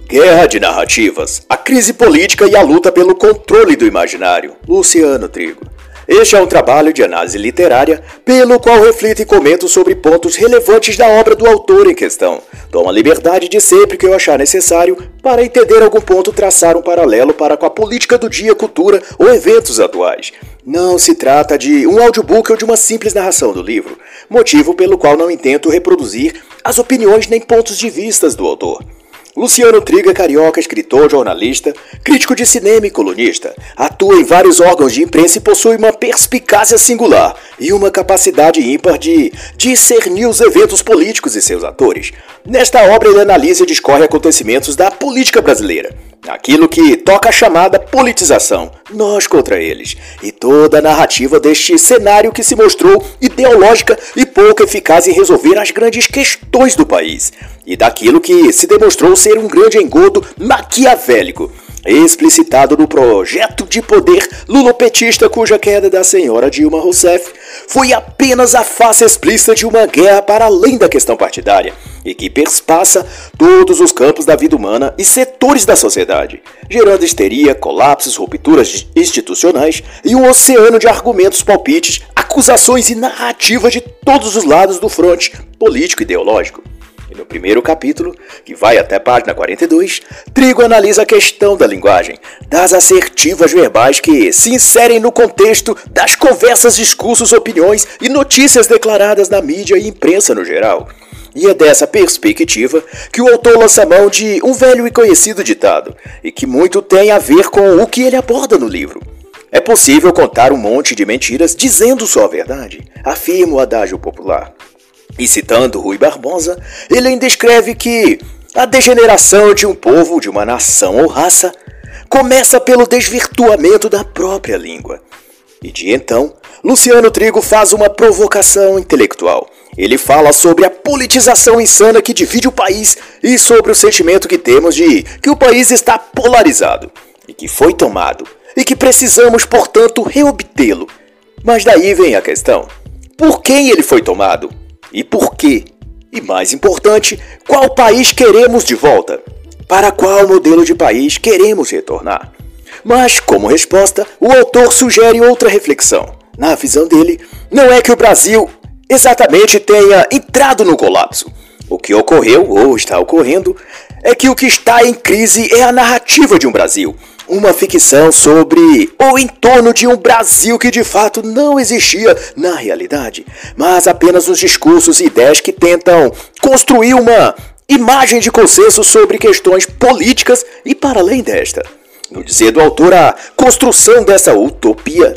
Guerra de Narrativas, a crise política e a luta pelo controle do imaginário, Luciano Trigo. Este é um trabalho de análise literária, pelo qual reflito e comento sobre pontos relevantes da obra do autor em questão. Tomo a liberdade de sempre que eu achar necessário, para entender algum ponto, traçar um paralelo para com a política do dia, cultura ou eventos atuais. Não se trata de um audiobook ou de uma simples narração do livro, motivo pelo qual não intento reproduzir as opiniões nem pontos de vistas do autor. Luciano Trigo é carioca, escritor, jornalista, crítico de cinema e colunista. Atua em vários órgãos de imprensa e possui uma perspicácia singular e uma capacidade ímpar de discernir os eventos políticos e seus atores. Nesta obra ele analisa e discorre acontecimentos da política brasileira, aquilo que toca a chamada politização, nós contra eles, e toda a narrativa deste cenário que se mostrou ideológica e pouco eficaz em resolver as grandes questões do país, e daquilo que se demonstrou ser um grande engodo maquiavélico, explicitado no projeto de poder lulopetista cuja queda da senhora Dilma Rousseff foi apenas a face explícita de uma guerra para além da questão partidária e que perspassa todos os campos da vida humana e setores da sociedade, gerando histeria, colapsos, rupturas institucionais e um oceano de argumentos, palpites, acusações e narrativas de todos os lados do fronte político-ideológico. E no primeiro capítulo, que vai até a página 42, Trigo analisa a questão da linguagem, das assertivas verbais que se inserem no contexto das conversas, discursos, opiniões e notícias declaradas na mídia e imprensa no geral. E é dessa perspectiva que o autor lança mão de um velho e conhecido ditado, e que muito tem a ver com o que ele aborda no livro. É possível contar um monte de mentiras dizendo só a verdade, afirma o adágio popular. E citando Rui Barbosa, ele ainda escreve que a degeneração de um povo, de uma nação ou raça, começa pelo desvirtuamento da própria língua. E de então, Luciano Trigo faz uma provocação intelectual. Ele fala sobre a politização insana que divide o país e sobre o sentimento que temos de que o país está polarizado e que foi tomado e que precisamos, portanto, reobtê-lo. Mas daí vem a questão: por quem ele foi tomado? E por quê? E mais importante, qual país queremos de volta? Para qual modelo de país queremos retornar? Mas, como resposta, o autor sugere outra reflexão. Na visão dele, não é que o Brasil exatamente tenha entrado no colapso. O que ocorreu, ou está ocorrendo, é que o que está em crise é a narrativa de um Brasil. Uma ficção sobre ou em torno de um Brasil que de fato não existia na realidade, mas apenas nos discursos e ideias que tentam construir uma imagem de consenso sobre questões políticas e para além desta. No dizer do autor, a construção dessa utopia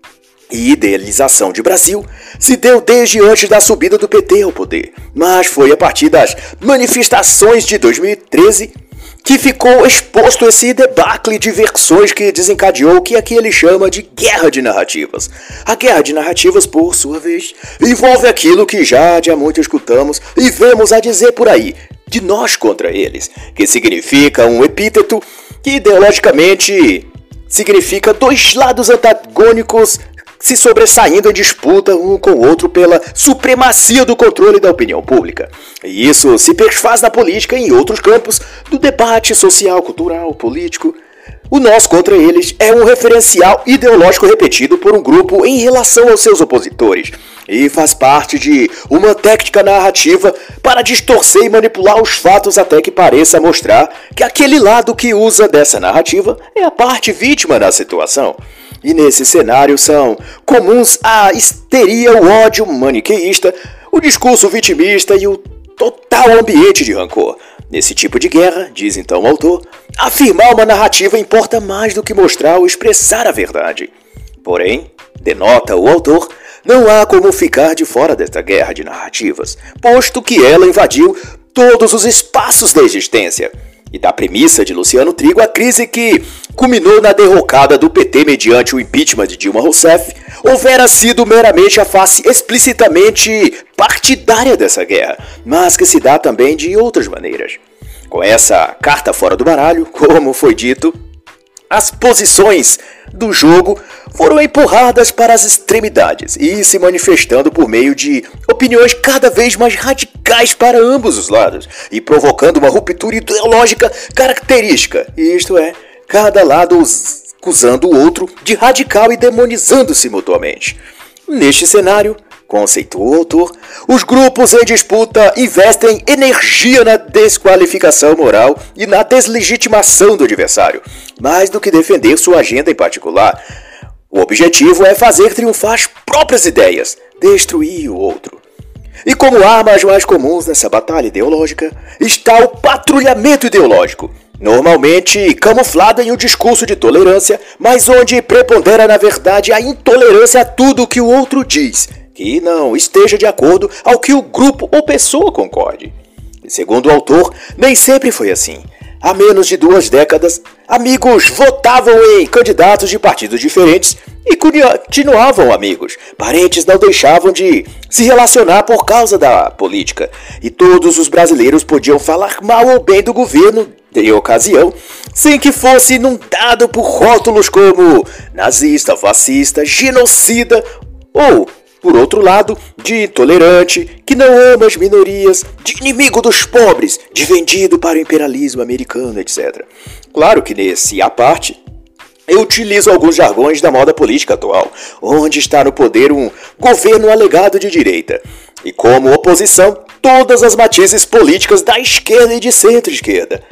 e idealização de Brasil se deu desde antes da subida do PT ao poder, mas foi a partir das manifestações de 2013 que ficou exposto esse debacle de versões que desencadeou o que aqui ele chama de guerra de narrativas. A guerra de narrativas, por sua vez, envolve aquilo que já há muito escutamos e vemos a dizer por aí, de nós contra eles, que significa um epíteto que ideologicamente significa dois lados antagônicos se sobressaindo em disputa um com o outro pela supremacia do controle da opinião pública. E isso se perfaz na política e em outros campos do debate social, cultural, político. O nós contra eles é um referencial ideológico repetido por um grupo em relação aos seus opositores e faz parte de uma técnica narrativa para distorcer e manipular os fatos até que pareça mostrar que aquele lado que usa dessa narrativa é a parte vítima da situação. E nesse cenário são comuns a histeria, o ódio maniqueísta, o discurso vitimista e o total ambiente de rancor. Nesse tipo de guerra, diz então o autor, afirmar uma narrativa importa mais do que mostrar ou expressar a verdade. Porém, denota o autor, não há como ficar de fora desta guerra de narrativas, posto que ela invadiu todos os espaços da existência. E da premissa de Luciano Trigo, a crise que culminou na derrocada do PT mediante o impeachment de Dilma Rousseff, houvera sido meramente a face explicitamente partidária dessa guerra, mas que se dá também de outras maneiras. Com essa carta fora do baralho, como foi dito, As posições do jogo foram empurradas para as extremidades e se manifestando por meio de opiniões cada vez mais radicais para ambos os lados e provocando uma ruptura ideológica característica, isto é, cada lado acusando o outro de radical e demonizando-se mutuamente. Neste cenário, conceituou o autor, os grupos em disputa investem energia na desqualificação moral e na deslegitimação do adversário, mais do que defender sua agenda em particular. O objetivo é fazer triunfar as próprias ideias, destruir o outro. E como armas mais comuns nessa batalha ideológica, está o patrulhamento ideológico, normalmente camuflado em um discurso de tolerância, mas onde prepondera na verdade a intolerância a tudo que o outro diz, que não esteja de acordo ao que o grupo ou pessoa concorde. E segundo o autor, nem sempre foi assim. Há menos de 2 décadas, amigos votavam em candidatos de partidos diferentes e continuavam amigos. Parentes não deixavam de se relacionar por causa da política. E todos os brasileiros podiam falar mal ou bem do governo de ocasião, sem que fosse inundado por rótulos como nazista, fascista, genocida ou, por outro lado, de intolerante, que não ama as minorias, de inimigo dos pobres, de vendido para o imperialismo americano, etc. Claro que nesse à parte, eu utilizo alguns jargões da moda política atual, onde está no poder um governo alegado de direita, e como oposição, todas as matizes políticas da esquerda e de centro-esquerda.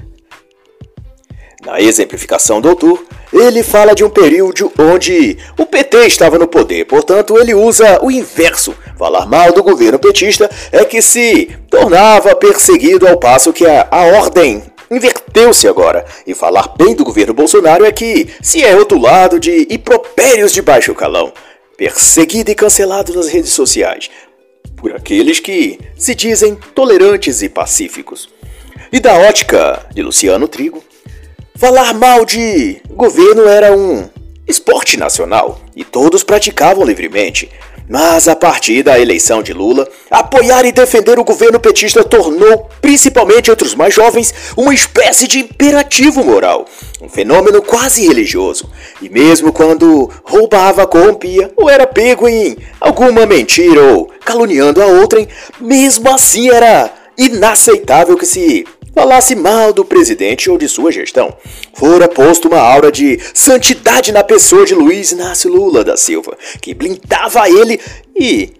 Na exemplificação do autor, ele fala de um período onde o PT estava no poder, portanto ele usa o inverso. Falar mal do governo petista é que se tornava perseguido ao passo que a ordem inverteu-se agora. E falar bem do governo Bolsonaro é que se é rotulado de impropérios de baixo calão, perseguido e cancelado nas redes sociais, por aqueles que se dizem tolerantes e pacíficos. E da ótica de Luciano Trigo, falar mal de governo era um esporte nacional e todos praticavam livremente. Mas a partir da eleição de Lula, apoiar e defender o governo petista tornou, principalmente entre os mais jovens, uma espécie de imperativo moral, um fenômeno quase religioso. E mesmo quando roubava, corrompia ou era pego em alguma mentira ou caluniando a outrem, mesmo assim era inaceitável que se falasse mal do presidente ou de sua gestão. Fora posto uma aura de santidade na pessoa de Luiz Inácio Lula da Silva, que blindava ele e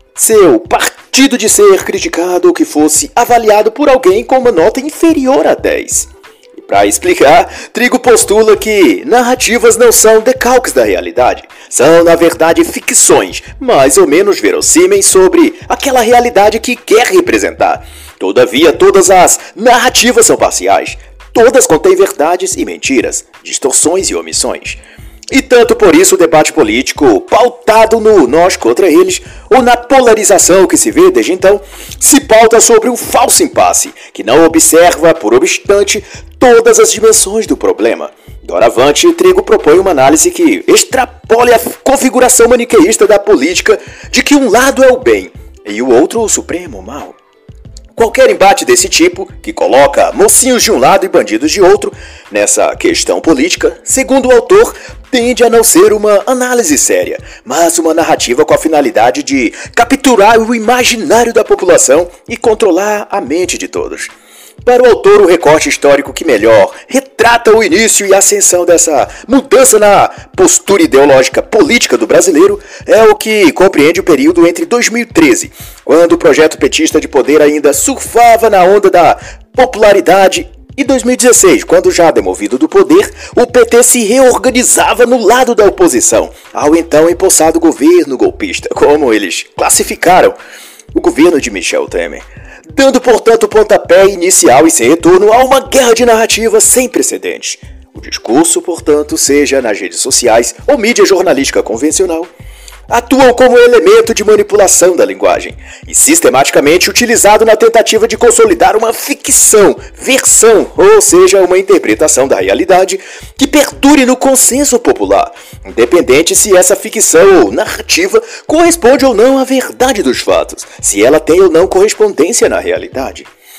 seu partido de ser criticado ou que fosse avaliado por alguém com uma nota inferior a 10. E para explicar, Trigo postula que narrativas não são decalques da realidade, são na verdade ficções, mais ou menos verossímeis sobre aquela realidade que quer representar. Todavia, todas as narrativas são parciais. Todas contêm verdades e mentiras, distorções e omissões. E tanto por isso o debate político, pautado no nós contra eles, ou na polarização que se vê desde então, se pauta sobre um falso impasse, que não observa, por obstante, todas as dimensões do problema. Doravante, Trigo propõe uma análise que extrapole a configuração maniqueísta da política de que um lado é o bem e o outro o supremo mal. Qualquer embate desse tipo, que coloca mocinhos de um lado e bandidos de outro, nessa questão política, segundo o autor, tende a não ser uma análise séria, mas uma narrativa com a finalidade de capturar o imaginário da população e controlar a mente de todos. Para o autor, o recorte histórico que melhor retrata o início e a ascensão dessa mudança na postura ideológica política do brasileiro é o que compreende o período entre 2013, quando o projeto petista de poder ainda surfava na onda da popularidade, e 2016, quando já demovido do poder, o PT se reorganizava no lado da oposição ao então empossado governo golpista, como eles classificaram o governo de Michel Temer, dando, portanto, pontapé inicial e sem retorno a uma guerra de narrativa sem precedentes. O discurso, portanto, seja nas redes sociais ou mídia jornalística convencional, atuam como elemento de manipulação da linguagem e sistematicamente utilizado na tentativa de consolidar uma ficção, versão, ou seja, uma interpretação da realidade que perdure no consenso popular, independente se essa ficção ou narrativa corresponde ou não à verdade dos fatos, se ela tem ou não correspondência na realidade.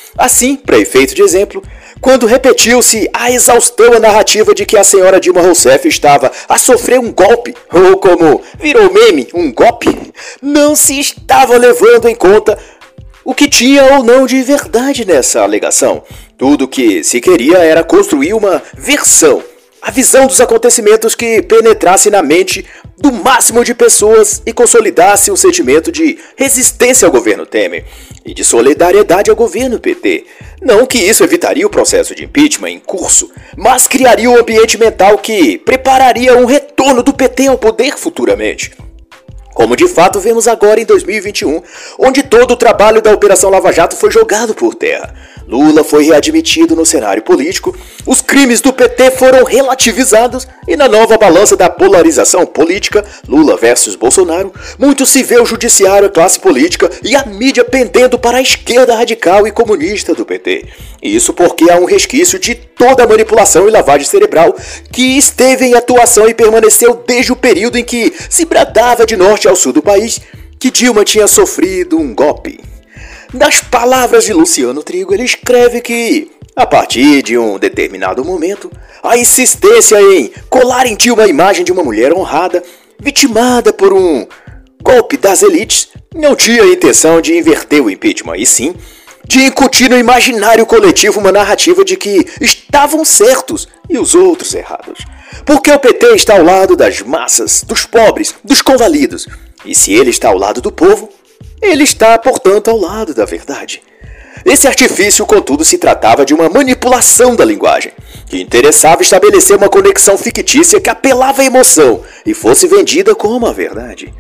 Assim, para efeito de exemplo, quando repetiu-se a exaustão a narrativa de que a senhora Dilma Rousseff estava a sofrer um golpe, ou como virou meme, um golpe, não se estava levando em conta o que tinha ou não de verdade nessa alegação. Tudo que se queria era construir uma versão, a visão dos acontecimentos que penetrasse na mente do máximo de pessoas e consolidasse um sentimento de resistência ao governo Temer e de solidariedade ao governo PT. Não que isso evitaria o processo de impeachment em curso, mas criaria um ambiente mental que prepararia um retorno do PT ao poder futuramente. Como de fato vemos agora em 2021, onde todo o trabalho da Operação Lava Jato foi jogado por terra. Lula foi readmitido no cenário político, os crimes do PT foram relativizados e na nova balança da polarização política, Lula versus Bolsonaro, muito se vê o judiciário, a classe política e a mídia pendendo para a esquerda radical e comunista do PT. Isso porque há um resquício de toda a manipulação e lavagem cerebral que esteve em atuação e permaneceu desde o período em que se bradava de norte ao sul do país que Dilma tinha sofrido um golpe. Nas palavras de Luciano Trigo, ele escreve que, a partir de um determinado momento, a insistência em colar em Dilma a imagem de uma mulher honrada, vitimada por um golpe das elites, não tinha a intenção de inverter o impeachment, e sim de incutir no imaginário coletivo uma narrativa de que estavam certos e os outros errados. Porque o PT está ao lado das massas, dos pobres, dos convalidos, e se ele está ao lado do povo, ele está, portanto, ao lado da verdade. Esse artifício, contudo, se tratava de uma manipulação da linguagem, que interessava estabelecer uma conexão fictícia que apelava à emoção e fosse vendida como a verdade.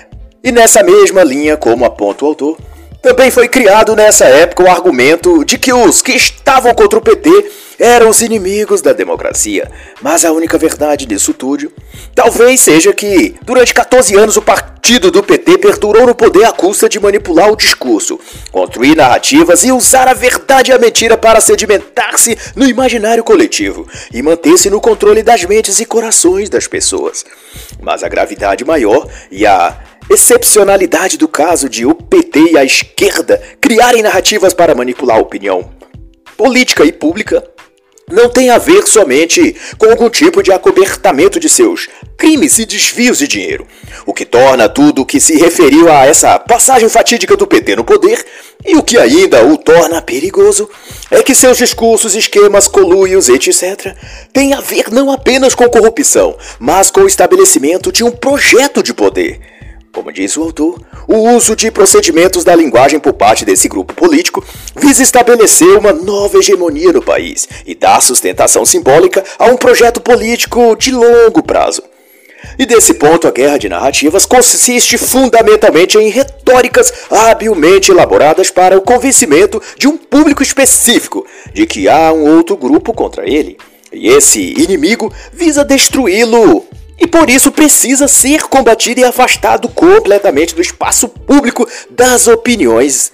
E nessa mesma linha, como aponta o autor, também foi criado nessa época o argumento de que os que estavam contra o PT eram os inimigos da democracia. Mas a única verdade disso tudo talvez seja que durante 14 anos o partido do PT perdurou no poder à custa de manipular o discurso, construir narrativas e usar a verdade e a mentira para sedimentar-se no imaginário coletivo e manter-se no controle das mentes e corações das pessoas. Mas a gravidade maior e a excepcionalidade do caso de o PT e a esquerda criarem narrativas para manipular a opinião política e pública não tem a ver somente com algum tipo de acobertamento de seus crimes e desvios de dinheiro. O que torna tudo o que se referiu a essa passagem fatídica do PT no poder e o que ainda o torna perigoso é que seus discursos, esquemas, conluios, etc. têm a ver não apenas com corrupção, mas com o estabelecimento de um projeto de poder. Como diz o autor, o uso de procedimentos da linguagem por parte desse grupo político visa estabelecer uma nova hegemonia no país e dar sustentação simbólica a um projeto político de longo prazo. E desse ponto, a guerra de narrativas consiste fundamentalmente em retóricas habilmente elaboradas para o convencimento de um público específico de que há um outro grupo contra ele, e esse inimigo visa destruí-lo. E por isso precisa ser combatido e afastado completamente do espaço público das opiniões,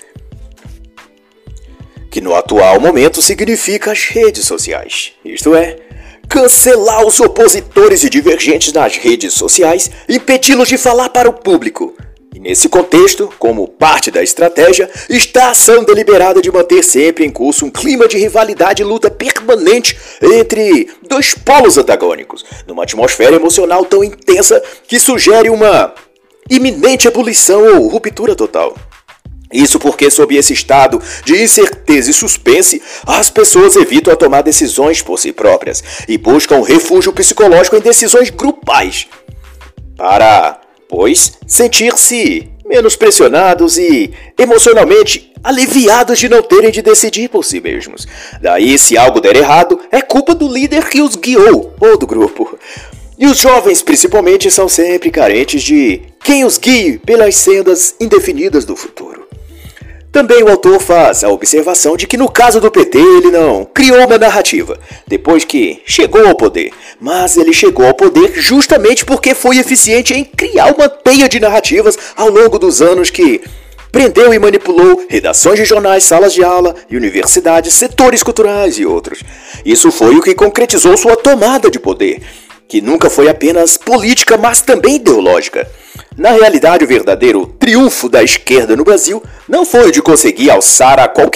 que no atual momento significa as redes sociais. Isto é, cancelar os opositores e divergentes nas redes sociais e impedi-los de falar para o público. E nesse contexto, como parte da estratégia, está a ação deliberada de manter sempre em curso um clima de rivalidade e luta permanente entre dois polos antagônicos, numa atmosfera emocional tão intensa que sugere uma iminente ebulição ou ruptura total. Isso porque, sob esse estado de incerteza e suspense, as pessoas evitam a tomar decisões por si próprias e buscam refúgio psicológico em decisões grupais, para pois sentir-se menos pressionados e emocionalmente aliviados de não terem de decidir por si mesmos. Daí, se algo der errado, é culpa do líder que os guiou ou do grupo. E os jovens, principalmente, são sempre carentes de quem os guie pelas sendas indefinidas do futuro. Também o autor faz a observação de que no caso do PT ele não criou uma narrativa depois que chegou ao poder, mas ele chegou ao poder justamente porque foi eficiente em criar uma teia de narrativas ao longo dos anos que prendeu e manipulou redações de jornais, salas de aula, universidades, setores culturais e outros. Isso foi o que concretizou sua tomada de poder, que nunca foi apenas política, mas também ideológica. Na realidade, o verdadeiro triunfo da esquerda no Brasil não foi o de conseguir alçar a qualquer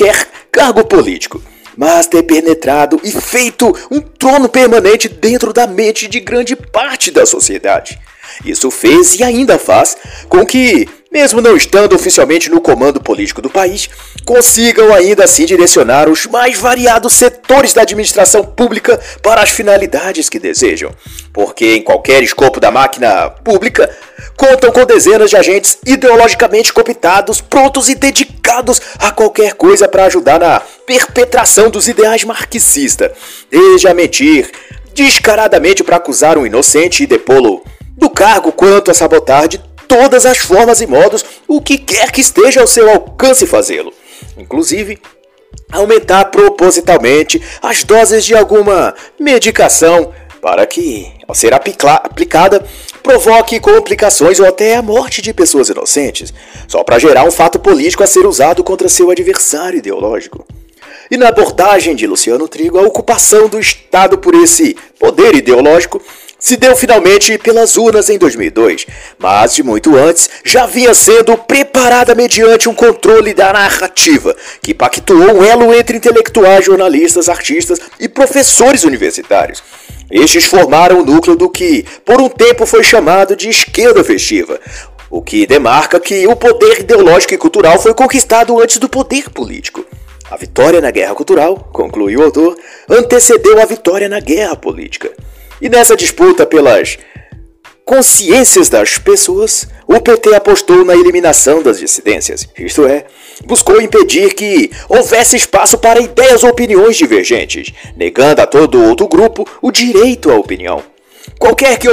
cargo político, mas ter penetrado e feito um trono permanente dentro da mente de grande parte da sociedade. Isso fez e ainda faz com que, mesmo não estando oficialmente no comando político do país, consigam ainda assim direcionar os mais variados setores da administração pública para as finalidades que desejam. Porque em qualquer escopo da máquina pública, contam com dezenas de agentes ideologicamente cooptados, prontos e dedicados a qualquer coisa para ajudar na perpetração dos ideais marxistas, desde a mentir descaradamente para acusar um inocente e depô-lo do cargo, quanto a sabotar de todas as formas e modos o que quer que esteja ao seu alcance fazê-lo. Inclusive, aumentar propositalmente as doses de alguma medicação para que, ao ser aplicada, provoque complicações ou até a morte de pessoas inocentes, só para gerar um fato político a ser usado contra seu adversário ideológico. E na abordagem de Luciano Trigo, a ocupação do Estado por esse poder ideológico se deu finalmente pelas urnas em 2002, mas de muito antes já vinha sendo preparada mediante um controle da narrativa, que pactuou um elo entre intelectuais, jornalistas, artistas e professores universitários. Estes formaram o núcleo do que, por um tempo, foi chamado de esquerda festiva, o que demarca que o poder ideológico e cultural foi conquistado antes do poder político. A vitória na guerra cultural, conclui o autor, antecedeu a vitória na guerra política. E nessa disputa pelas consciências das pessoas, o PT apostou na eliminação das dissidências, isto é, buscou impedir que houvesse espaço para ideias ou opiniões divergentes, negando a todo outro grupo o direito à opinião. Qualquer que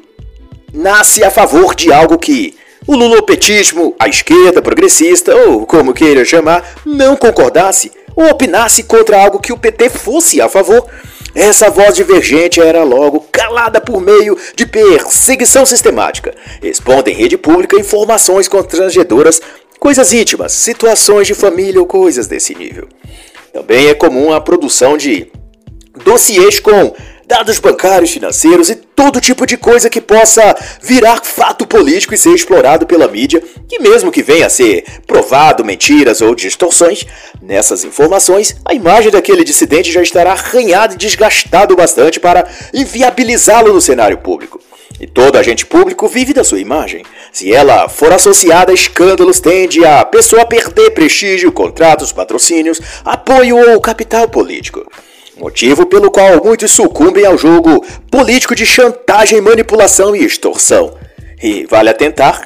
opinasse a favor de algo que o lulopetismo, a esquerda progressista, ou como queira chamar, não concordasse, ou opinasse contra algo que o PT fosse a favor, essa voz divergente era logo calada por meio de perseguição sistemática, expondo em rede pública informações constrangedoras, coisas íntimas, situações de família ou coisas desse nível. Também é comum a produção de dossiês com dados bancários, financeiros e todo tipo de coisa que possa virar fato político e ser explorado pela mídia, que mesmo que venha a ser provado mentiras ou distorções, nessas informações, a imagem daquele dissidente já estará arranhada e desgastado bastante para inviabilizá-lo no cenário público. E todo agente público vive da sua imagem. Se ela for associada a escândalos, tende a pessoa a perder prestígio, contratos, patrocínios, apoio ou capital político. Motivo pelo qual muitos sucumbem ao jogo político de chantagem, manipulação e extorsão. E vale atentar,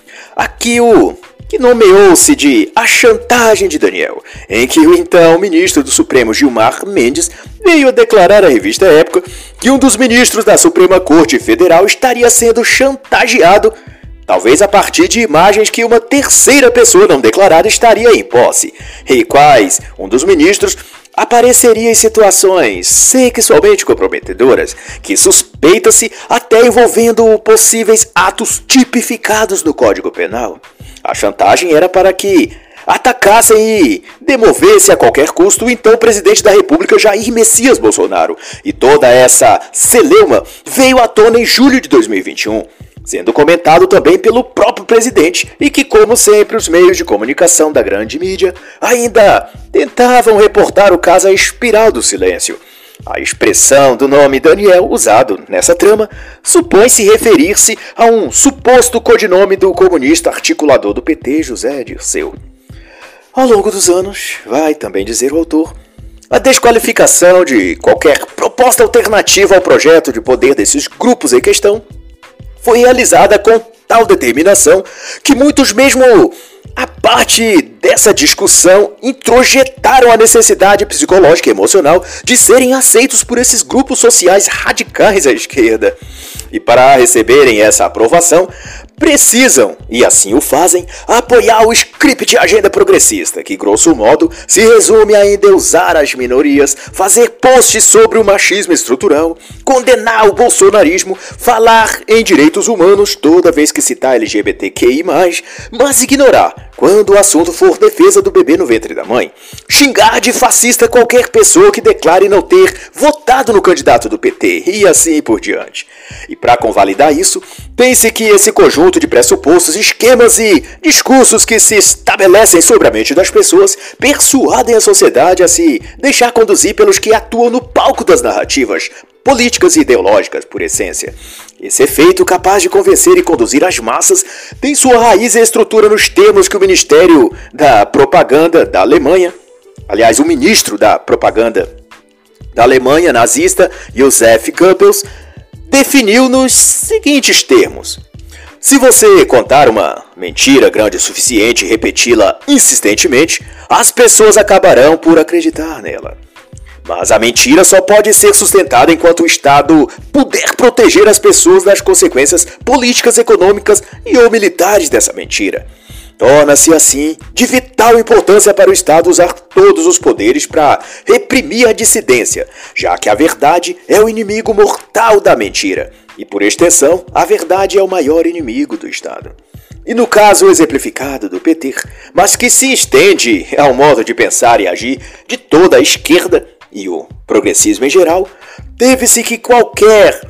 aqui o que nomeou-se de A Chantagem de Daniel, em que o então ministro do Supremo Gilmar Mendes veio a declarar à revista Época que um dos ministros da Suprema Corte Federal estaria sendo chantageado, talvez a partir de imagens que uma terceira pessoa não declarada estaria em posse, e quais um dos ministros apareceria em situações sexualmente comprometedoras, que suspeita-se até envolvendo possíveis atos tipificados no Código Penal. A chantagem era para que atacassem e demovessem a qualquer custo o então presidente da República Jair Messias Bolsonaro, e toda essa celeuma veio à tona em julho de 2021. Sendo comentado também pelo próprio presidente, e que, como sempre, os meios de comunicação da grande mídia ainda tentavam reportar o caso à espiral do silêncio. A expressão do nome Daniel, usado nessa trama, supõe-se referir-se a um suposto codinome do comunista articulador do PT, José Dirceu. Ao longo dos anos, vai também dizer o autor, a desqualificação de qualquer proposta alternativa ao projeto de poder desses grupos em questão foi realizada com tal determinação que muitos, mesmo a parte dessa discussão, introjetaram a necessidade psicológica e emocional de serem aceitos por esses grupos sociais radicais à esquerda. E para receberem essa aprovação, precisam, e assim o fazem, apoiar o script de agenda progressista, que grosso modo se resume a endeusar as minorias, fazer posts sobre o machismo estrutural, condenar o bolsonarismo, falar em direitos humanos toda vez que citar LGBTQI+, mas ignorar quando o assunto for defesa do bebê no ventre da mãe, xingar de fascista qualquer pessoa que declare não ter votado no candidato do PT e assim por diante. E para convalidar isso, pense que esse conjunto de pressupostos, esquemas e discursos que se estabelecem sobre a mente das pessoas persuadem a sociedade a se deixar conduzir pelos que atuam no palco das narrativas políticas e ideológicas, por essência. Esse efeito, capaz de convencer e conduzir as massas, tem sua raiz e estrutura nos termos que o Ministério da Propaganda da Alemanha, aliás, o ministro da Propaganda da Alemanha nazista, Joseph Goebbels, definiu nos seguintes termos: se você contar uma mentira grande o suficiente e repeti-la insistentemente, as pessoas acabarão por acreditar nela. Mas a mentira só pode ser sustentada enquanto o Estado puder proteger as pessoas das consequências políticas, econômicas e ou militares dessa mentira. Torna-se assim de vital importância para o Estado usar todos os poderes para reprimir a dissidência, já que a verdade é o inimigo mortal da mentira, e por extensão, a verdade é o maior inimigo do Estado. E no caso exemplificado do PT, mas que se estende ao modo de pensar e agir de toda a esquerda, e o progressismo em geral, teve-se que qualquer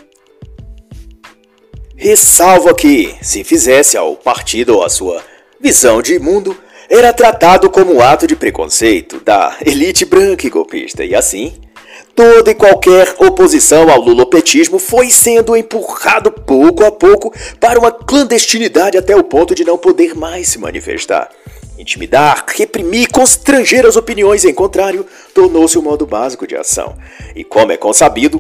ressalva que se fizesse ao partido ou à sua visão de mundo era tratado como um ato de preconceito da elite branca e golpista, e assim, toda e qualquer oposição ao lulopetismo foi sendo empurrado pouco a pouco para uma clandestinidade até o ponto de não poder mais se manifestar. Intimidar, reprimir, constranger as opiniões em contrário tornou-se o modo básico de ação. E como é consabido,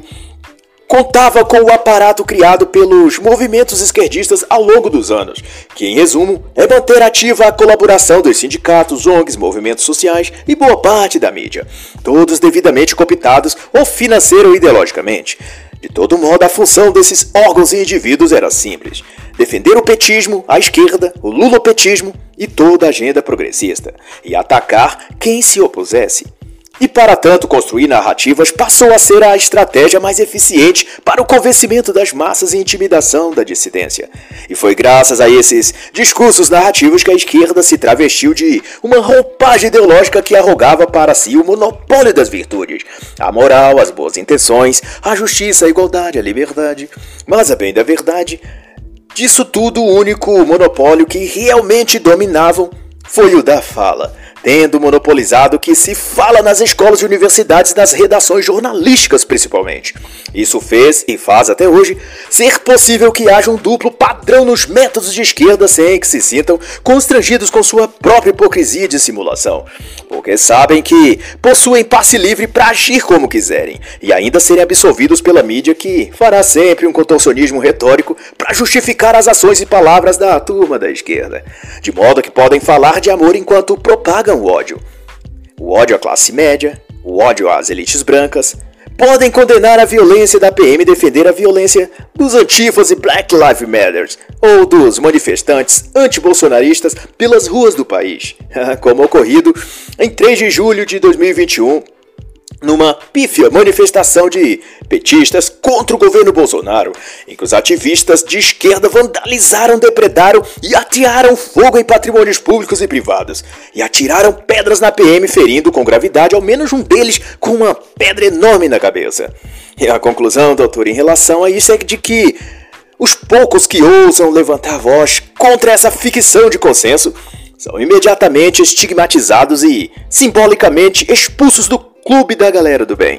contava com o aparato criado pelos movimentos esquerdistas ao longo dos anos, que em resumo é manter ativa a colaboração dos sindicatos, ONGs, movimentos sociais e boa parte da mídia, todos devidamente cooptados ou financeiro ou ideologicamente. De todo modo, a função desses órgãos e indivíduos era simples: defender o petismo, a esquerda, o lulopetismo e toda a agenda progressista, e atacar quem se opusesse. E para tanto construir narrativas passou a ser a estratégia mais eficiente para o convencimento das massas e intimidação da dissidência. E foi graças a esses discursos narrativos que a esquerda se travestiu de uma roupagem ideológica que arrogava para si o monopólio das virtudes, a moral, as boas intenções, a justiça, a igualdade, a liberdade. Mas a bem da verdade, disso tudo o único monopólio que realmente dominavam foi o da fala, tendo monopolizado o que se fala nas escolas e universidades e nas redações jornalísticas principalmente. Isso fez, e faz até hoje, ser possível que haja um duplo padrão nos métodos de esquerda sem que se sintam constrangidos com sua própria hipocrisia e dissimulação, porque sabem que possuem passe livre para agir como quiserem, e ainda serem absolvidos pela mídia que fará sempre um contorcionismo retórico para justificar as ações e palavras da turma da esquerda, de modo que podem falar de amor enquanto propagam o ódio à classe média, o ódio às elites brancas, podem condenar a violência da PM e defender a violência dos antifas e Black Lives Matter, ou dos manifestantes antibolsonaristas pelas ruas do país, como ocorrido em 3 de julho de 2021, numa pífia manifestação de petistas contra o governo Bolsonaro, em que os ativistas de esquerda vandalizaram, depredaram e atearam fogo em patrimônios públicos e privados, e atiraram pedras na PM, ferindo com gravidade ao menos um deles com uma pedra enorme na cabeça. E a conclusão, doutor, em relação a isso é de que os poucos que ousam levantar a voz contra essa ficção de consenso são imediatamente estigmatizados e simbolicamente expulsos do Clube da Galera do Bem.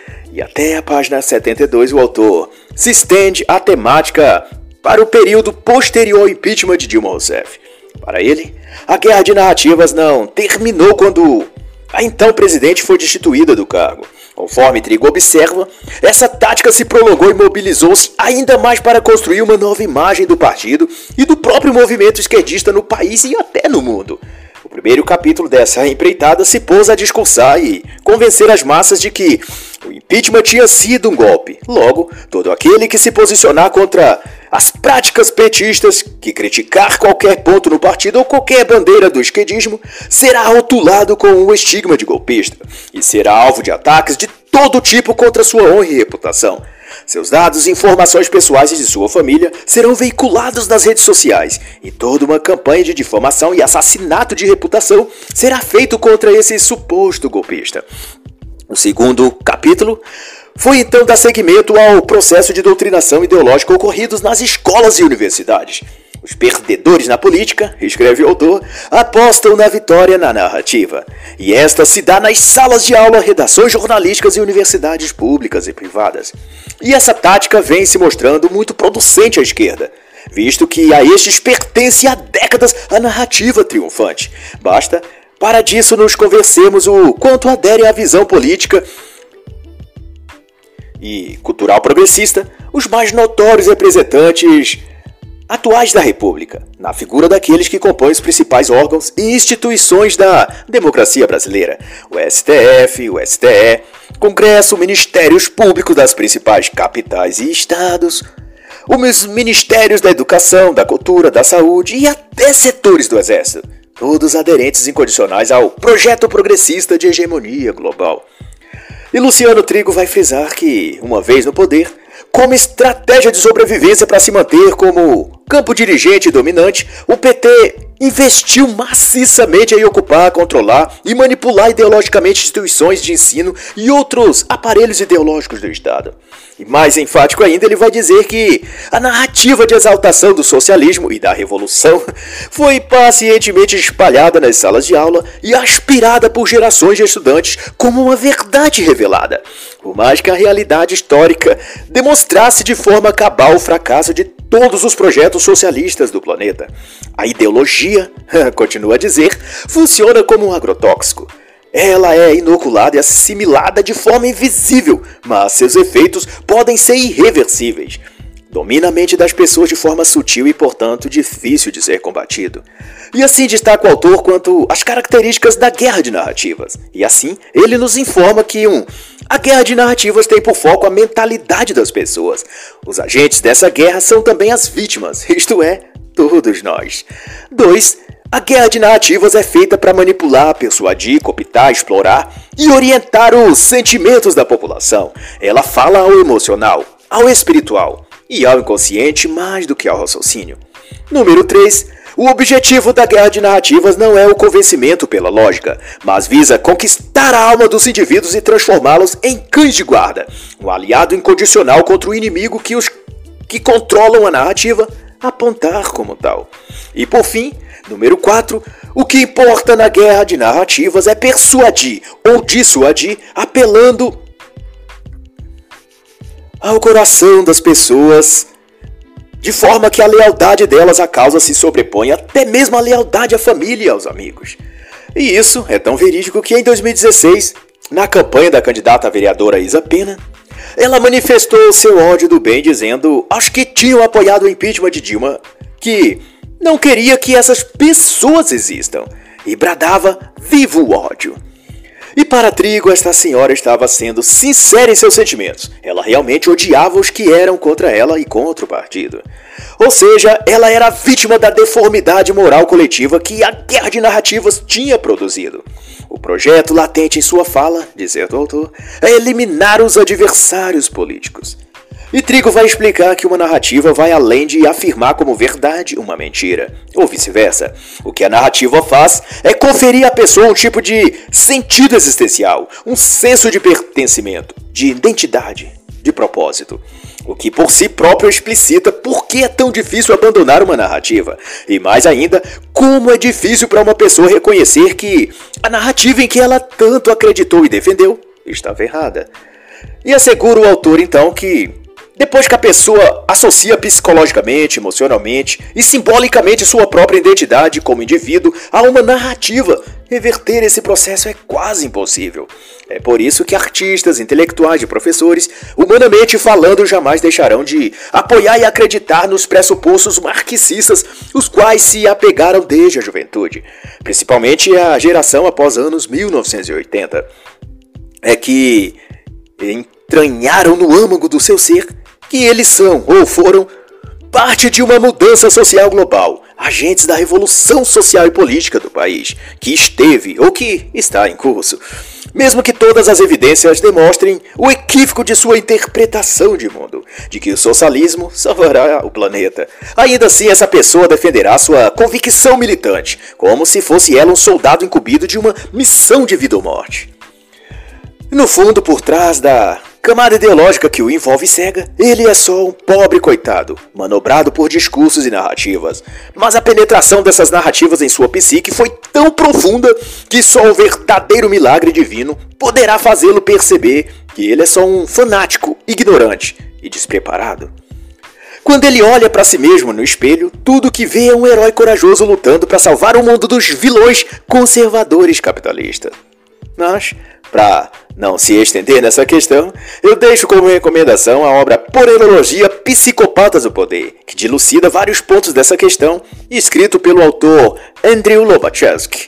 E até a página 72 o autor se estende a temática para o período posterior ao impeachment de Dilma Rousseff. Para ele, a guerra de narrativas não terminou quando a então presidente foi destituída do cargo. Conforme Trigo observa, essa tática se prolongou e mobilizou-se ainda mais para construir uma nova imagem do partido e do próprio movimento esquerdista no país e até no mundo. O primeiro capítulo dessa empreitada se pôs a discursar e convencer as massas de que o impeachment tinha sido um golpe. Logo, todo aquele que se posicionar contra as práticas petistas, que criticar qualquer ponto no partido ou qualquer bandeira do esquerdismo, será rotulado com o estigma de golpista e será alvo de ataques de todo tipo contra sua honra e reputação. Seus dados e informações pessoais e de sua família serão veiculados nas redes sociais e toda uma campanha de difamação e assassinato de reputação será feito contra esse suposto golpista. O segundo capítulo foi então dar seguimento ao processo de doutrinação ideológica ocorridos nas escolas e universidades. Os perdedores na política, escreve o autor, apostam na vitória na narrativa. E esta se dá nas salas de aula, redações jornalísticas e universidades públicas e privadas. E essa tática vem se mostrando muito producente à esquerda, visto que a estes pertence há décadas a narrativa triunfante. Basta para disso nos conversemos o quanto aderem à visão política e cultural progressista os mais notórios representantes atuais da República, na figura daqueles que compõem os principais órgãos e instituições da democracia brasileira, o STF, o STE, Congresso, Ministérios Públicos das principais capitais e estados, os Ministérios da Educação, da Cultura, da Saúde e até setores do Exército, todos aderentes incondicionais ao projeto progressista de hegemonia global. E Luciano Trigo vai frisar que, uma vez no poder, como estratégia de sobrevivência para se manter como campo dirigente e dominante, o PT investiu maciçamente em ocupar, controlar e manipular ideologicamente instituições de ensino e outros aparelhos ideológicos do Estado. E mais enfático ainda, ele vai dizer que a narrativa de exaltação do socialismo e da revolução foi pacientemente espalhada nas salas de aula e aspirada por gerações de estudantes como uma verdade revelada, por mais que a realidade histórica demonstrasse de forma cabal o fracasso de todos os projetos socialistas do planeta. A ideologia, continua a dizer, funciona como um agrotóxico. Ela é inoculada e assimilada de forma invisível, mas seus efeitos podem ser irreversíveis. Domina a mente das pessoas de forma sutil e, portanto, difícil de ser combatido. E assim destaca o autor quanto às características da guerra de narrativas. E assim, ele nos informa que a guerra de narrativas tem por foco a mentalidade das pessoas. Os agentes dessa guerra são também as vítimas, isto é, todos nós. 2. A guerra de narrativas é feita para manipular, persuadir, cooptar, explorar e orientar os sentimentos da população. Ela fala ao emocional, ao espiritual e ao inconsciente mais do que ao raciocínio. Número 3. O objetivo da guerra de narrativas não é o convencimento pela lógica, mas visa conquistar a alma dos indivíduos e transformá-los em cães de guarda, um aliado incondicional contra o inimigo que os que controlam a narrativa apontar como tal. E por fim, número 4, o que importa na guerra de narrativas é persuadir ou dissuadir, apelando ao coração das pessoas, de forma que a lealdade delas à causa se sobrepõe até mesmo à lealdade à família e aos amigos. E isso é tão verídico que em 2016, na campanha da candidata a vereadora Isa Pena, ela manifestou seu ódio do bem dizendo aos que tinham apoiado o impeachment de Dilma que não queria que essas pessoas existam e bradava viva o ódio. E para Trigo, esta senhora estava sendo sincera em seus sentimentos. Ela realmente odiava os que eram contra ela e contra o partido. Ou seja, ela era vítima da deformidade moral coletiva que a guerra de narrativas tinha produzido. O projeto latente em sua fala, diz certo autor, é eliminar os adversários políticos. E Trigo vai explicar que uma narrativa vai além de afirmar como verdade uma mentira, ou vice-versa. O que a narrativa faz é conferir à pessoa um tipo de sentido existencial, um senso de pertencimento, de identidade, de propósito. O que por si próprio explicita por que é tão difícil abandonar uma narrativa. E mais ainda, como é difícil para uma pessoa reconhecer que a narrativa em que ela tanto acreditou e defendeu estava errada. E assegura o autor então que depois que a pessoa associa psicologicamente, emocionalmente e simbolicamente sua própria identidade como indivíduo a uma narrativa, reverter esse processo é quase impossível. É por isso que artistas, intelectuais e professores, humanamente falando, jamais deixarão de apoiar e acreditar nos pressupostos marxistas, os quais se apegaram desde a juventude, principalmente a geração após anos 1980. É que entranharam no âmago do seu ser que eles são, ou foram, parte de uma mudança social global, agentes da revolução social e política do país, que esteve ou que está em curso. mesmo que todas as evidências demonstrem o equívoco de sua interpretação de mundo, de que o socialismo salvará o planeta. Ainda assim, essa pessoa defenderá sua convicção militante, como se fosse ela um soldado incumbido de uma missão de vida ou morte. No fundo, por trás da camada ideológica que o envolve cega, ele é só um pobre coitado, manobrado por discursos e narrativas. Mas a penetração dessas narrativas em sua psique foi tão profunda que só o verdadeiro milagre divino poderá fazê-lo perceber que ele é só um fanático, ignorante e despreparado. Quando ele olha para si mesmo no espelho, tudo que vê é um herói corajoso lutando para salvar o mundo dos vilões conservadores capitalistas. Mas, para não se estender nessa questão, eu deixo como recomendação a obra Ponerologia Psicopatas do Poder, que dilucida vários pontos dessa questão, escrito pelo autor Andrew Lobachevsky.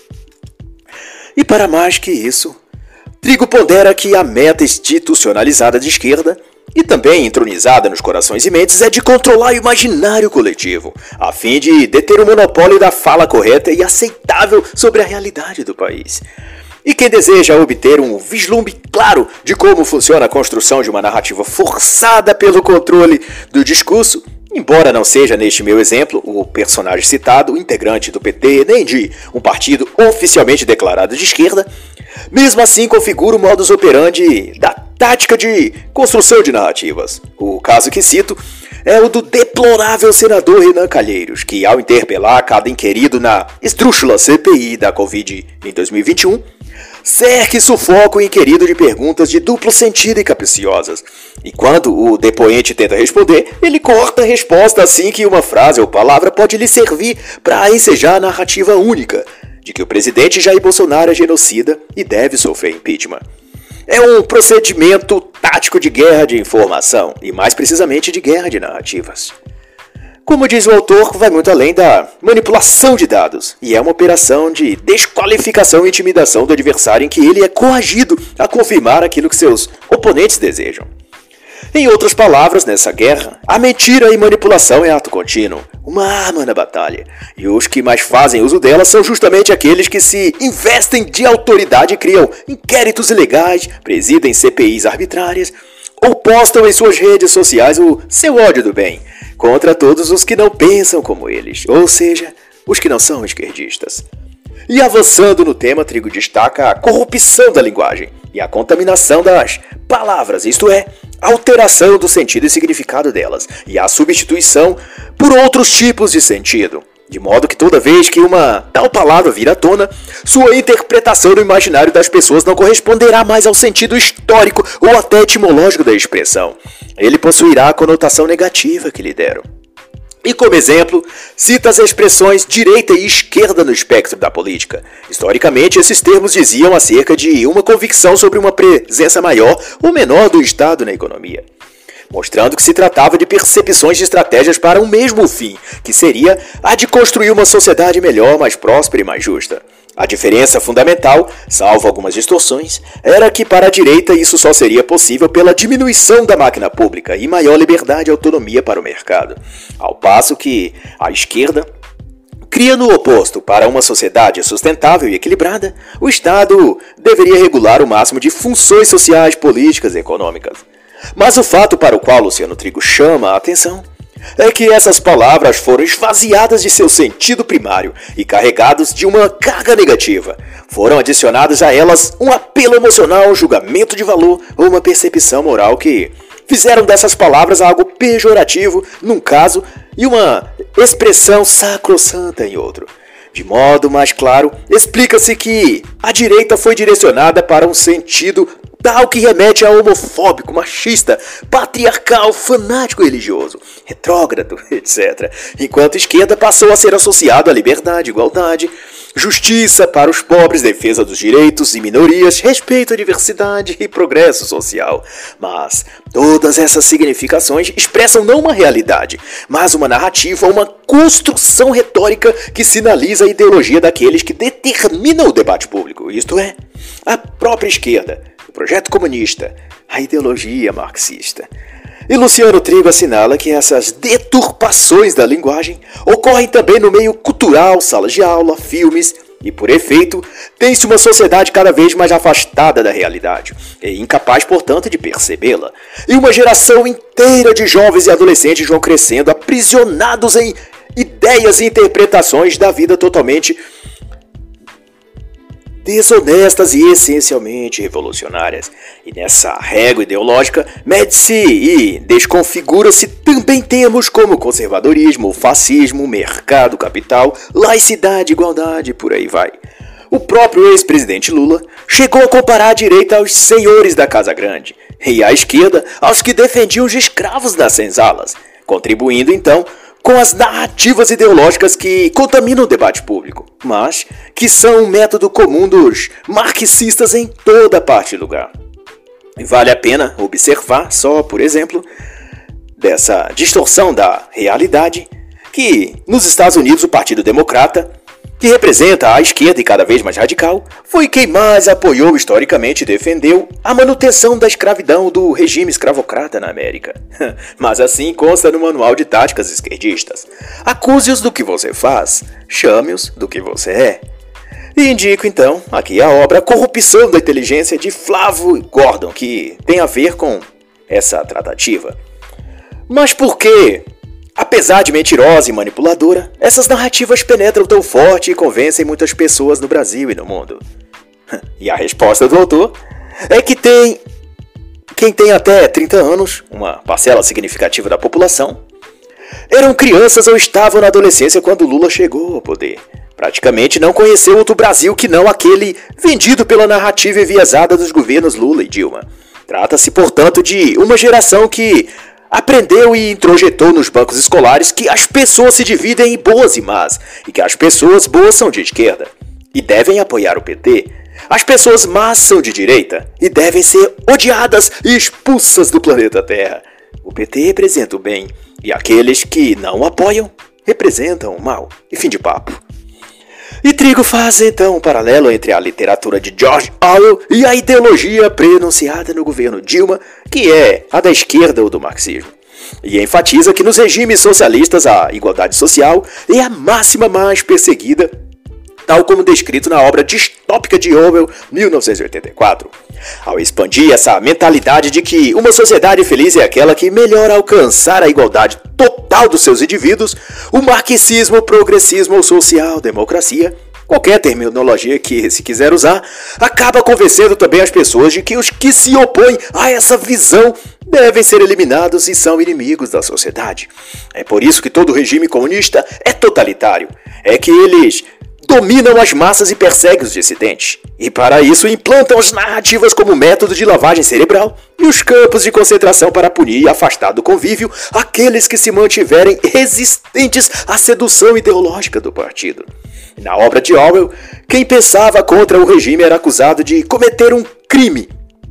E para mais que isso, Trigo pondera que a meta institucionalizada de esquerda, e também entronizada nos corações e mentes, é de controlar o imaginário coletivo, a fim de deter o monopólio da fala correta e aceitável sobre a realidade do país. E quem deseja obter um vislumbre claro de como funciona a construção de uma narrativa forçada pelo controle do discurso, embora não seja neste meu exemplo o personagem citado, integrante do PT, nem de um partido oficialmente declarado de esquerda, mesmo assim configura o modus operandi da tática de construção de narrativas. O caso que cito é o do deplorável senador Renan Calheiros, que ao interpelar cada inquirido na esdrúxula CPI da Covid em 2021, cerca e sufoca o inquirido de perguntas de duplo sentido e capciosas. E quando o depoente tenta responder, ele corta a resposta assim que uma frase ou palavra pode lhe servir para ensejar a narrativa única de que o presidente Jair Bolsonaro é genocida e deve sofrer impeachment. É um procedimento tático de guerra de informação, e mais precisamente de guerra de narrativas. Como diz o autor, vai muito além da manipulação de dados, e é uma operação de desqualificação e intimidação do adversário em que ele é coagido a confirmar aquilo que seus oponentes desejam. Em outras palavras, nessa guerra, a mentira e manipulação é ato contínuo, uma arma na batalha, e os que mais fazem uso dela são justamente aqueles que se investem de autoridade e criam inquéritos ilegais, presidem CPIs arbitrárias, ou postam em suas redes sociais o seu ódio do bem contra todos os que não pensam como eles, ou seja, os que não são esquerdistas. E avançando no tema, Trigo destaca a corrupção da linguagem e a contaminação das palavras, isto é, a alteração do sentido e significado delas, e a substituição por outros tipos de sentido, de modo que toda vez que uma tal palavra vir à tona, sua interpretação no imaginário das pessoas não corresponderá mais ao sentido histórico ou até etimológico da expressão. Ele possuirá a conotação negativa que lhe deram. E como exemplo, cita as expressões direita e esquerda no espectro da política. Historicamente, esses termos diziam acerca de uma convicção sobre uma presença maior ou menor do Estado na economia, mostrando que se tratava de percepções de estratégias para um mesmo fim, que seria a de construir uma sociedade melhor, mais próspera e mais justa. A diferença fundamental, salvo algumas distorções, era que para a direita isso só seria possível pela diminuição da máquina pública e maior liberdade e autonomia para o mercado, ao passo que a esquerda cria no oposto. Para uma sociedade sustentável e equilibrada, o Estado deveria regular o máximo de funções sociais, políticas e econômicas. Mas o fato para o qual Luciano Trigo chama a atenção é que essas palavras foram esvaziadas de seu sentido primário e carregados de uma carga negativa. Foram adicionados a elas um apelo emocional, um julgamento de valor ou uma percepção moral que fizeram dessas palavras algo pejorativo num caso e uma expressão sacrossanta em outro. De modo mais claro, explica-se que a direita foi direcionada para um sentido tal que remete a homofóbico, machista, patriarcal, fanático religioso, retrógrado, etc. Enquanto a esquerda passou a ser associado à liberdade, igualdade, justiça para os pobres, defesa dos direitos e minorias, respeito à diversidade e progresso social. Mas todas essas significações expressam não uma realidade, mas uma narrativa, uma construção retórica que sinaliza a ideologia daqueles que determinam o debate público, isto é, a própria esquerda, o projeto comunista, a ideologia marxista. E Luciano Trigo assinala que essas deturpações da linguagem ocorrem também no meio cultural, salas de aula, filmes, E por efeito, tem-se uma sociedade cada vez mais afastada da realidade, e incapaz, portanto, de percebê-la. E uma geração inteira de jovens e adolescentes vão crescendo aprisionados em ideias e interpretações da vida totalmente desonestas e essencialmente revolucionárias. E nessa régua ideológica, mede-se e desconfigura-se também termos como conservadorismo, fascismo, mercado capital, laicidade, igualdade, por aí vai. O próprio ex-presidente Lula chegou a comparar a direita aos senhores da Casa Grande e a esquerda aos que defendiam os escravos das senzalas, contribuindo então com as narrativas ideológicas que contaminam o debate público, mas que são um método comum dos marxistas em toda parte do lugar. E vale a pena observar só, por exemplo, dessa distorção da realidade que nos Estados Unidos o Partido Democrata, que representa a esquerda e cada vez mais radical, foi quem mais apoiou historicamente e defendeu a manutenção da escravidão do regime escravocrata na América. Mas assim consta no manual de táticas esquerdistas. Acuse-os do que você faz, chame-os do que você é. E indico então aqui a obra Corrupção da Inteligência de Flávio Gordon, que tem a ver com essa tratativa. Mas por que, apesar de mentirosa e manipuladora, essas narrativas penetram tão forte e convencem muitas pessoas no Brasil e no mundo? E a resposta do autor é que quem tem até 30 anos, uma parcela significativa da população, eram crianças ou estavam na adolescência quando Lula chegou ao poder. Praticamente não conheceu outro Brasil que não aquele vendido pela narrativa enviesada dos governos Lula e Dilma. Trata-se, portanto, de uma geração que aprendeu e introjetou nos bancos escolares que as pessoas se dividem em boas e más, e que as pessoas boas são de esquerda e devem apoiar o PT. As pessoas más são de direita e devem ser odiadas e expulsas do planeta Terra. O PT representa o bem e aqueles que não o apoiam representam o mal. E fim de papo. E Trigo faz então um paralelo entre a literatura de George Orwell e a ideologia prenunciada no governo Dilma, que é a da esquerda ou do marxismo. E enfatiza que nos regimes socialistas a igualdade social é a máxima mais perseguida, tal como descrito na obra distópica de Orwell, 1984. Ao expandir essa mentalidade de que uma sociedade feliz é aquela que melhor alcançar a igualdade total dos seus indivíduos, o marxismo, o progressismo ou social-democracia, qualquer terminologia que se quiser usar, acaba convencendo também as pessoas de que os que se opõem a essa visão devem ser eliminados e são inimigos da sociedade. É por isso que todo regime comunista é totalitário. É que eles dominam as massas e perseguem os dissidentes. E para isso implantam as narrativas como método de lavagem cerebral e os campos de concentração para punir e afastar do convívio aqueles que se mantiverem resistentes à sedução ideológica do partido. Na obra de Orwell, quem pensava contra o regime era acusado de cometer um crime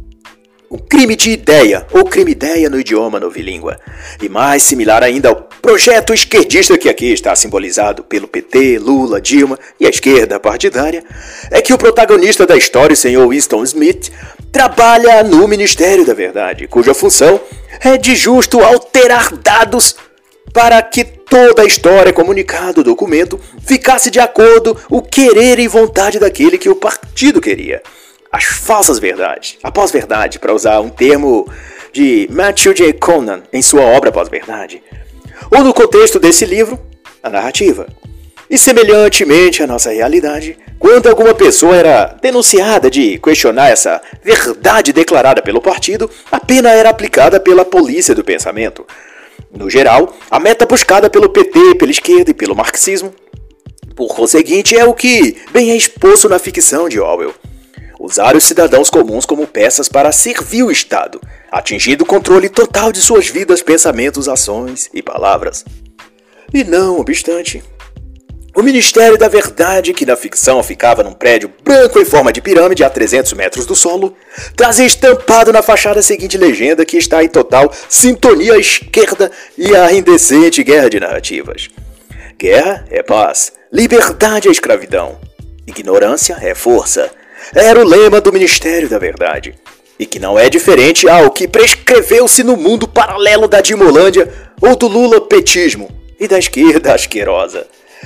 de ideia, ou crime-ideia no idioma novilíngua. E mais similar ainda ao projeto esquerdista que aqui está simbolizado pelo PT, Lula, Dilma e a esquerda partidária, é que o protagonista da história, o senhor Winston Smith, trabalha no Ministério da Verdade, cuja função é de justo alterar dados para que toda a história, comunicado, documento, ficasse de acordo o querer e vontade daquele que o partido queria. As falsas verdades, a pós-verdade, para usar um termo de Matthew J. Conan em sua obra Pós-Verdade, ou no contexto desse livro, a narrativa. E semelhantemente à nossa realidade, quando alguma pessoa era denunciada de questionar essa verdade declarada pelo partido, a pena era aplicada pela polícia do pensamento. No geral, a meta buscada pelo PT, pela esquerda e pelo marxismo, por conseguinte, é o que bem é exposto na ficção de Orwell. Usar os cidadãos comuns como peças para servir o Estado, atingindo o controle total de suas vidas, pensamentos, ações e palavras. E não obstante, o Ministério da Verdade, que na ficção ficava num prédio branco em forma de pirâmide a 300 metros do solo, trazia estampado na fachada a seguinte legenda que está em total sintonia à esquerda e à indecente guerra de narrativas. Guerra é paz, liberdade é escravidão, ignorância é força. Era o lema do Ministério da Verdade, e que não é diferente ao que prescreveu-se no mundo paralelo da Dimolândia ou do Lula-petismo e da esquerda asquerosa.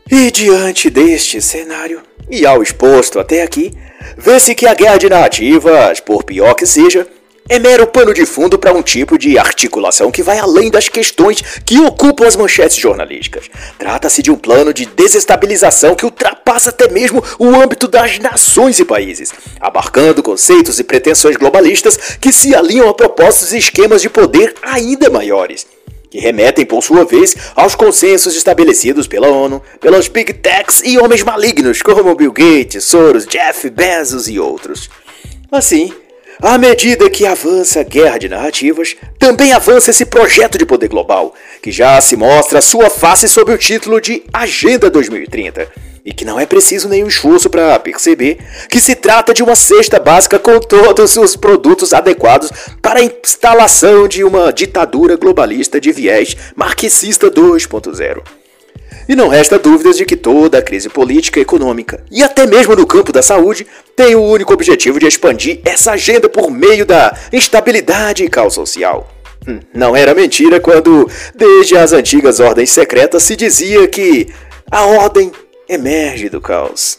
E diante deste cenário, e ao exposto até aqui, vê-se que a guerra de narrativas, por pior que seja, é mero pano de fundo para um tipo de articulação que vai além das questões que ocupam as manchetes jornalísticas. Trata-se de um plano de desestabilização que ultrapassa até mesmo o âmbito das nações e países, abarcando conceitos e pretensões globalistas que se alinham a propósitos e esquemas de poder ainda maiores, que remetem, por sua vez, aos consensos estabelecidos pela ONU, pelas Big Techs e homens malignos como Bill Gates, Soros, Jeff Bezos e outros. Assim, à medida que avança a guerra de narrativas, também avança esse projeto de poder global, que já se mostra a sua face sob o título de Agenda 2030, e que não é preciso nenhum esforço para perceber que se trata de uma cesta básica com todos os produtos adequados para a instalação de uma ditadura globalista de viés marxista 2.0. E não resta dúvidas de que toda a crise política e econômica, e até mesmo no campo da saúde, tem o único objetivo de expandir essa agenda por meio da instabilidade e caos social. Não era mentira quando, desde as antigas ordens secretas, se dizia que a ordem emerge do caos.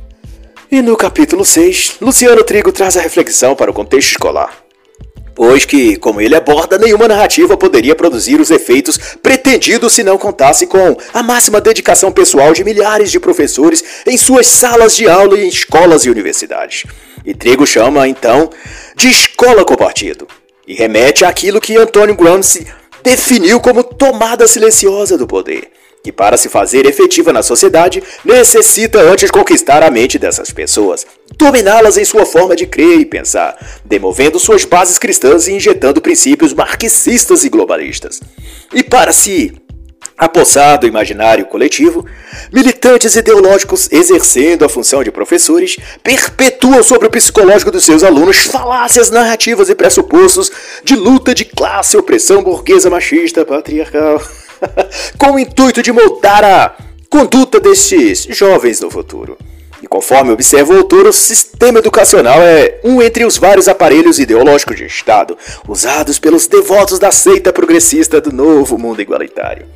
E no capítulo 6, Luciano Trigo traz a reflexão para o contexto escolar. Pois que, como ele aborda, nenhuma narrativa poderia produzir os efeitos pretendidos se não contasse com a máxima dedicação pessoal de milhares de professores em suas salas de aula e em escolas e universidades. E Trigo chama, então, de escola com partido, e remete àquilo que Antônio Gramsci definiu como tomada silenciosa do poder, que para se fazer efetiva na sociedade, necessita antes conquistar a mente dessas pessoas, dominá-las em sua forma de crer e pensar, demovendo suas bases cristãs e injetando princípios marxistas e globalistas. E para se apossar do imaginário coletivo, militantes ideológicos exercendo a função de professores perpetuam sobre o psicológico dos seus alunos falácias narrativas e pressupostos de luta de classe, opressão burguesa machista patriarcal, com o intuito de moldar a conduta destes jovens no futuro. E conforme observa o autor, o sistema educacional é um entre os vários aparelhos ideológicos de Estado usados pelos devotos da seita progressista do novo mundo igualitário.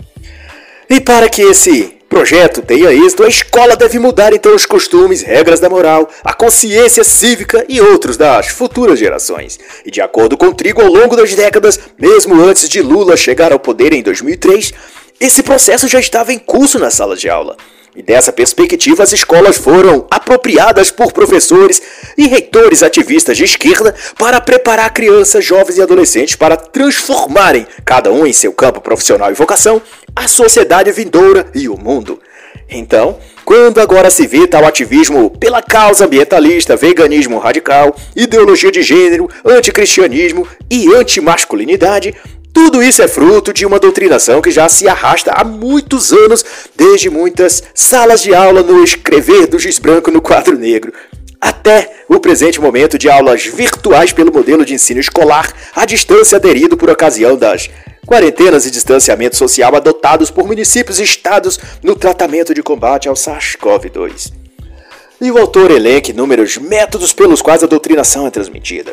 E para que esse projeto tenha êxito, a escola deve mudar então os costumes, regras da moral, a consciência cívica e outros das futuras gerações. E de acordo com Trigo, ao longo das décadas, mesmo antes de Lula chegar ao poder em 2003, esse processo já estava em curso nas salas de aula. E dessa perspectiva, as escolas foram apropriadas por professores e reitores ativistas de esquerda para preparar crianças, jovens e adolescentes para transformarem, cada um em seu campo profissional e vocação, a sociedade vindoura e o mundo. Então, quando agora se vê tal ativismo pela causa ambientalista, veganismo radical, ideologia de gênero, anticristianismo e antimasculinidade, tudo isso é fruto de uma doutrinação que já se arrasta há muitos anos, desde muitas salas de aula no escrever do giz branco no quadro negro, até o presente momento de aulas virtuais pelo modelo de ensino escolar à distância aderido por ocasião das quarentenas e distanciamento social adotados por municípios e estados no tratamento de combate ao SARS-CoV-2. E o autor elenca inúmeros métodos pelos quais a doutrinação é transmitida.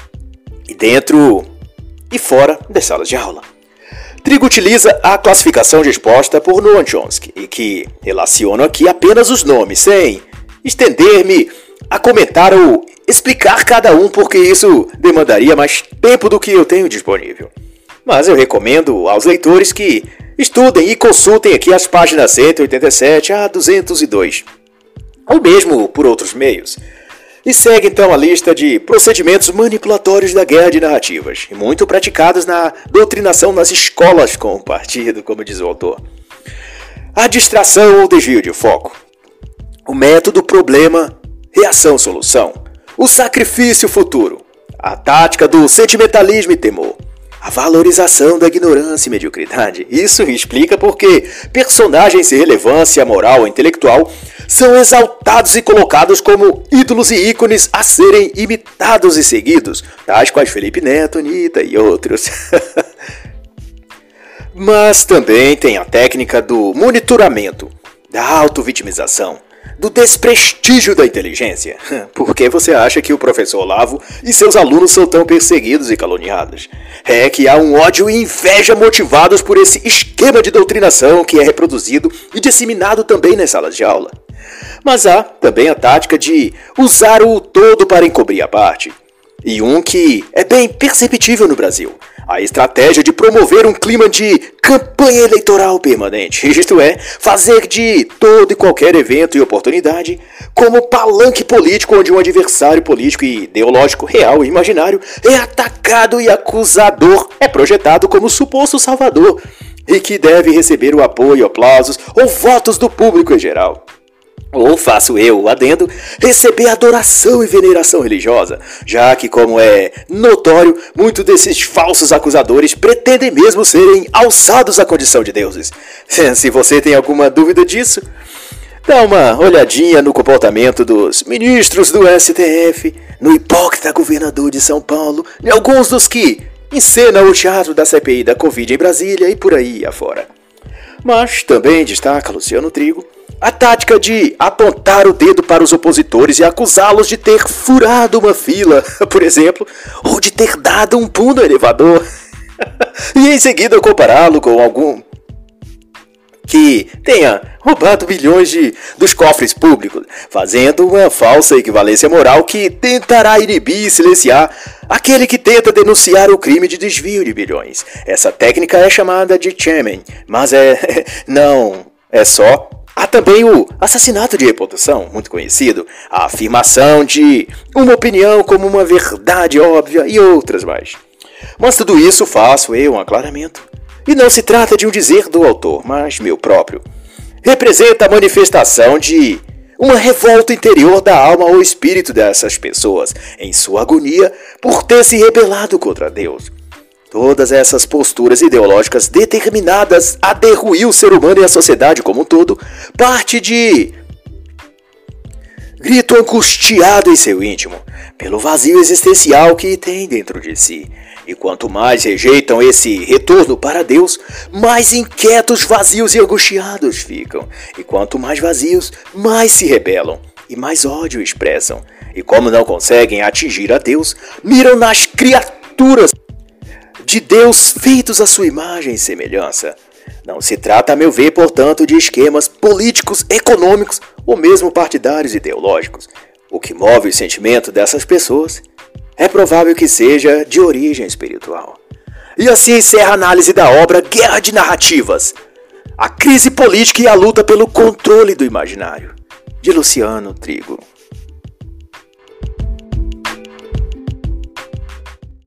E dentro e fora das salas de aula. Trigo utiliza a classificação disposta por Noam Chomsky, e que relaciono aqui apenas os nomes, sem estender-me a comentar ou explicar cada um, porque isso demandaria mais tempo do que eu tenho disponível. Mas eu recomendo aos leitores que estudem e consultem aqui as páginas 187 a 202, ou mesmo por outros meios. E segue então a lista de procedimentos manipulatórios da guerra de narrativas, e muito praticados na doutrinação nas escolas com o partido, como diz o autor. A distração ou desvio de foco. O método problema, reação, solução. O sacrifício futuro. A tática do sentimentalismo e temor. A valorização da ignorância e mediocridade. Isso explica porque personagens sem relevância moral ou intelectual são exaltados e colocados como ídolos e ícones a serem imitados e seguidos, tais quais Felipe Neto, Anitta e outros. Mas também tem a técnica do monitoramento, da autovitimização, do desprestígio da inteligência. Por que você acha que o professor Olavo e seus alunos são tão perseguidos e caluniados? É que há um ódio e inveja motivados por esse esquema de doutrinação que é reproduzido e disseminado também nas salas de aula. Mas há também a tática de usar o todo para encobrir a parte. E um que é bem perceptível no Brasil: a estratégia de promover um clima de campanha eleitoral permanente, isto é, fazer de todo e qualquer evento e oportunidade como palanque político onde um adversário político e ideológico real e imaginário é atacado e acusador é projetado como suposto salvador e que deve receber o apoio, aplausos ou votos do público em geral. Ou faço eu o adendo, receber adoração e veneração religiosa, já que, como é notório, muitos desses falsos acusadores pretendem mesmo serem alçados à condição de deuses. Se você tem alguma dúvida disso, dá uma olhadinha no comportamento dos ministros do STF, no hipócrita governador de São Paulo, e alguns dos que encenam o teatro da CPI da Covid em Brasília e por aí afora. Mas também destaca Luciano Trigo a tática de apontar o dedo para os opositores e acusá-los de ter furado uma fila, por exemplo, ou de ter dado um pulo no elevador, e em seguida compará-lo com algum que tenha roubado bilhões dos cofres públicos, fazendo uma falsa equivalência moral que tentará inibir e silenciar aquele que tenta denunciar o crime de desvio de bilhões. Essa técnica é chamada de shaming, mas não é só. Há também o assassinato de reputação, muito conhecido, a afirmação de uma opinião como uma verdade óbvia e outras mais. Mas tudo isso faço eu um aclaramento. E não se trata de um dizer do autor, mas meu próprio. Representa a manifestação de uma revolta interior da alma ou espírito dessas pessoas, em sua agonia por ter se rebelado contra Deus. Todas essas posturas ideológicas determinadas a derruir o ser humano e a sociedade como um todo, parte de grito angustiado em seu íntimo, pelo vazio existencial que tem dentro de si. E quanto mais rejeitam esse retorno para Deus, mais inquietos, vazios e angustiados ficam. E quanto mais vazios, mais se rebelam e mais ódio expressam. E como não conseguem atingir a Deus, miram nas criaturas de Deus feitos à sua imagem e semelhança. Não se trata, a meu ver, portanto, de esquemas políticos, econômicos ou mesmo partidários ideológicos. O que move o sentimento dessas pessoas é provável que seja de origem espiritual. E assim encerra a análise da obra Guerra de Narrativas, a crise política e a luta pelo controle do imaginário, de Luciano Trigo.